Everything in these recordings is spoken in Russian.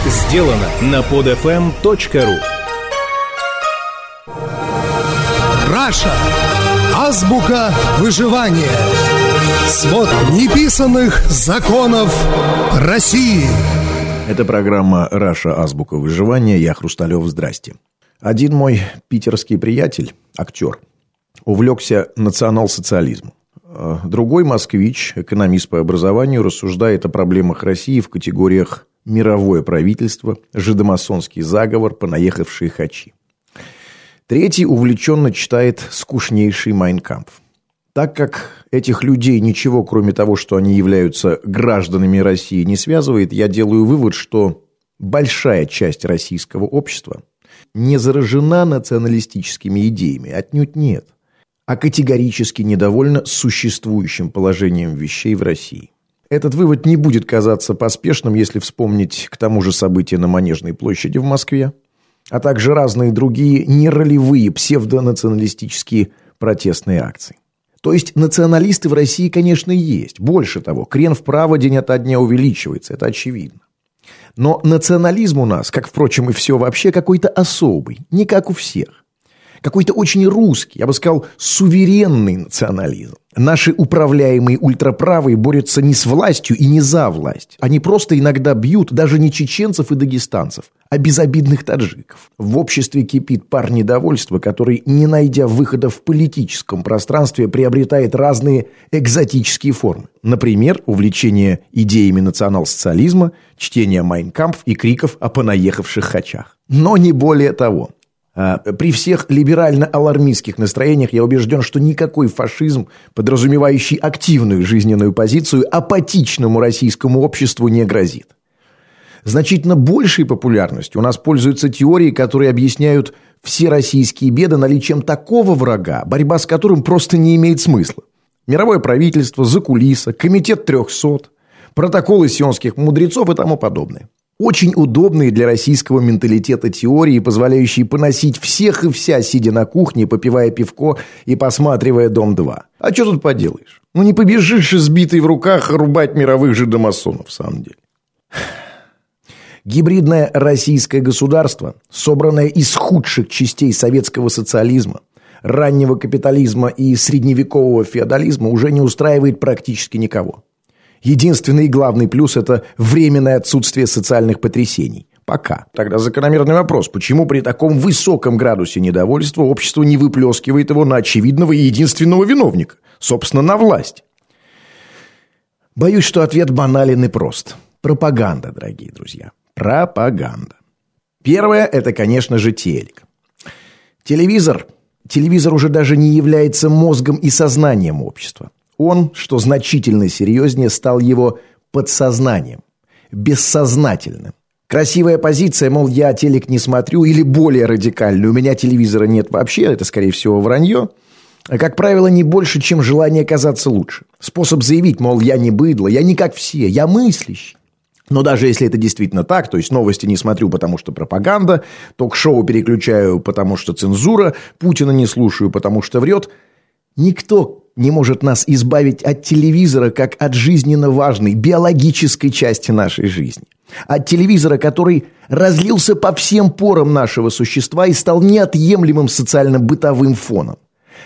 Сделано на podfm.ru. Раша. Азбука выживания. Свод неписанных законов России. Это программа «Раша. Азбука выживания». Я Хрусталев. Здрасте. Один мой питерский приятель, актер, увлекся национал-социализмом. Другой москвич, экономист по образованию, рассуждает о проблемах России в категориях «мировое правительство», «жидомасонский заговор», «понаехавшие хачи». Третий увлеченно читает скучнейший «Майн кампф». Так как этих людей ничего, кроме того, что они являются гражданами России, не связывает, я делаю вывод, что большая часть российского общества не заражена националистическими идеями, отнюдь нет, а категорически недовольна существующим положением вещей в России. Этот вывод не будет казаться поспешным, если вспомнить к тому же события на Манежной площади в Москве, а также разные другие неролевые псевдонационалистические протестные акции. То есть националисты в России, конечно, есть. Больше того, крен вправо день ото дня увеличивается, это очевидно. Но национализм у нас, как, впрочем, и все вообще, какой-то особый, не как у всех. Какой-то очень русский, я бы сказал, суверенный национализм. Наши управляемые ультраправые борются не с властью и не за власть. Они просто иногда бьют даже не чеченцев и дагестанцев, а безобидных таджиков. В обществе кипит пар недовольства, который, не найдя выхода в политическом пространстве, приобретает разные экзотические формы. Например, увлечение идеями национал-социализма, чтение «Майн кампф» и криков о понаехавших хачах. Но не более того. При всех либерально-алармистских настроениях я убежден, что никакой фашизм, подразумевающий активную жизненную позицию, апатичному российскому обществу не грозит. Значительно большей популярностью у нас пользуются теории, которые объясняют все российские беды наличием такого врага, борьба с которым просто не имеет смысла. Мировое правительство, закулиса, комитет 300, протоколы сионских мудрецов и тому подобное. Очень удобные для российского менталитета теории, позволяющие поносить всех и вся, сидя на кухне, попивая пивко и посматривая «Дом-2». А что тут поделаешь? Ну не побежишь избитый в руках рубать мировых жидомасонов, в самом деле. Гибридное российское государство, собранное из худших частей советского социализма, раннего капитализма и средневекового феодализма, уже не устраивает практически никого. Единственный и главный плюс – это временное отсутствие социальных потрясений. Пока. Тогда закономерный вопрос, почему при таком высоком градусе недовольства общество не выплескивает его на очевидного и единственного виновника, собственно, на власть? Боюсь, что ответ банален и прост. Пропаганда, дорогие друзья. Пропаганда. Первое – это, конечно же, телек. Телевизор уже даже не является мозгом и сознанием общества. Он, что значительно серьезнее, стал его подсознанием, бессознательным. Красивая позиция, мол, я телек не смотрю, или более радикальная, у меня телевизора нет вообще, это, скорее всего, вранье, как правило, не больше, чем желание казаться лучше. Способ заявить, мол, я не быдло, я не как все, я мыслящий. Но даже если это действительно так, то есть новости не смотрю, потому что пропаганда, ток-шоу переключаю, потому что цензура, Путина не слушаю, потому что врет, никто не может нас избавить от телевизора как от жизненно важной биологической части нашей жизни. От телевизора, который разлился по всем порам нашего существа и стал неотъемлемым социально-бытовым фоном.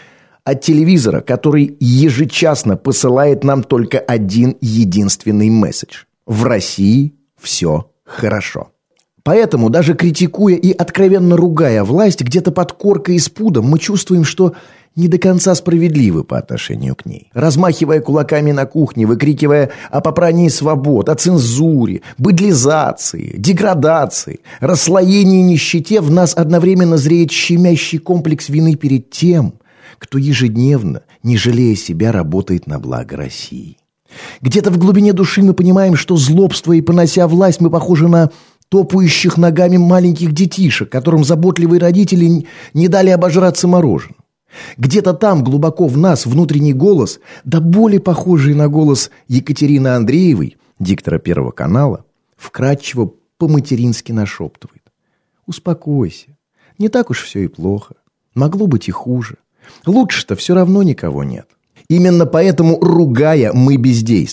От телевизора, который ежечасно посылает нам только один единственный месседж. В России все хорошо. Поэтому, даже критикуя и откровенно ругая власть, где-то под коркой и спудом мы чувствуем, что не до конца справедливы по отношению к ней. Размахивая кулаками на кухне, выкрикивая о попрании свобод, о цензуре, быдлизации, деградации, расслоении и нищете, в нас одновременно зреет щемящий комплекс вины перед тем, кто ежедневно, не жалея себя, работает на благо России. Где-то в глубине души мы понимаем, что злобствуя и понося власть, мы похожи на топающих ногами маленьких детишек, которым заботливые родители не дали обожраться мороженым. Где-то там, глубоко в нас, внутренний голос, да более похожий на голос Екатерины Андреевой, диктора Первого канала, вкрадчиво по-матерински нашептывает: «Успокойся, не так уж все и плохо, могло быть и хуже, лучше-то все равно никого нет». Именно поэтому, ругая, мы бездействуем.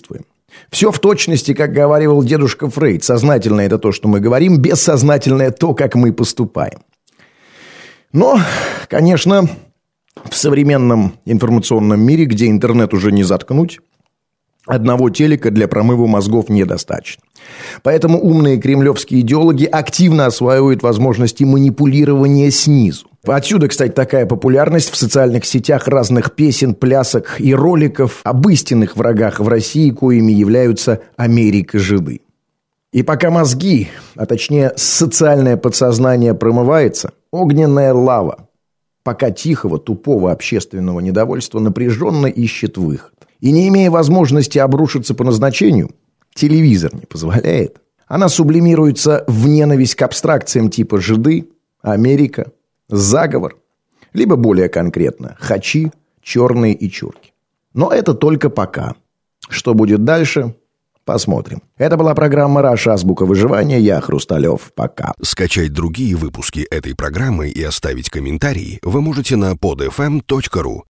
Все в точности, как говаривал дедушка Фрейд. Сознательное – это то, что мы говорим, бессознательное – то, как мы поступаем. Но, конечно, в современном информационном мире, где интернет уже не заткнуть, одного телека для промыва мозгов недостаточно. Поэтому умные кремлевские идеологи активно осваивают возможности манипулирования снизу. Отсюда, кстати, такая популярность в социальных сетях разных песен, плясок и роликов об истинных врагах в России, коими являются Америка-жиды. И пока мозги, а точнее социальное подсознание промывается, огненная лава, пока тихого, тупого общественного недовольства напряженно ищет выход. И не имея возможности обрушиться по назначению, телевизор не позволяет, она сублимируется в ненависть к абстракциям типа «жиды», «Америка», «заговор», либо более конкретно «хачи», «черные» и «чурки». Но это только пока. Что будет дальше? Посмотрим. Это была программа «Раша. Азбука выживания». Я Хрусталев. Пока. Скачать другие выпуски этой программы и оставить комментарии вы можете на podfm.ru.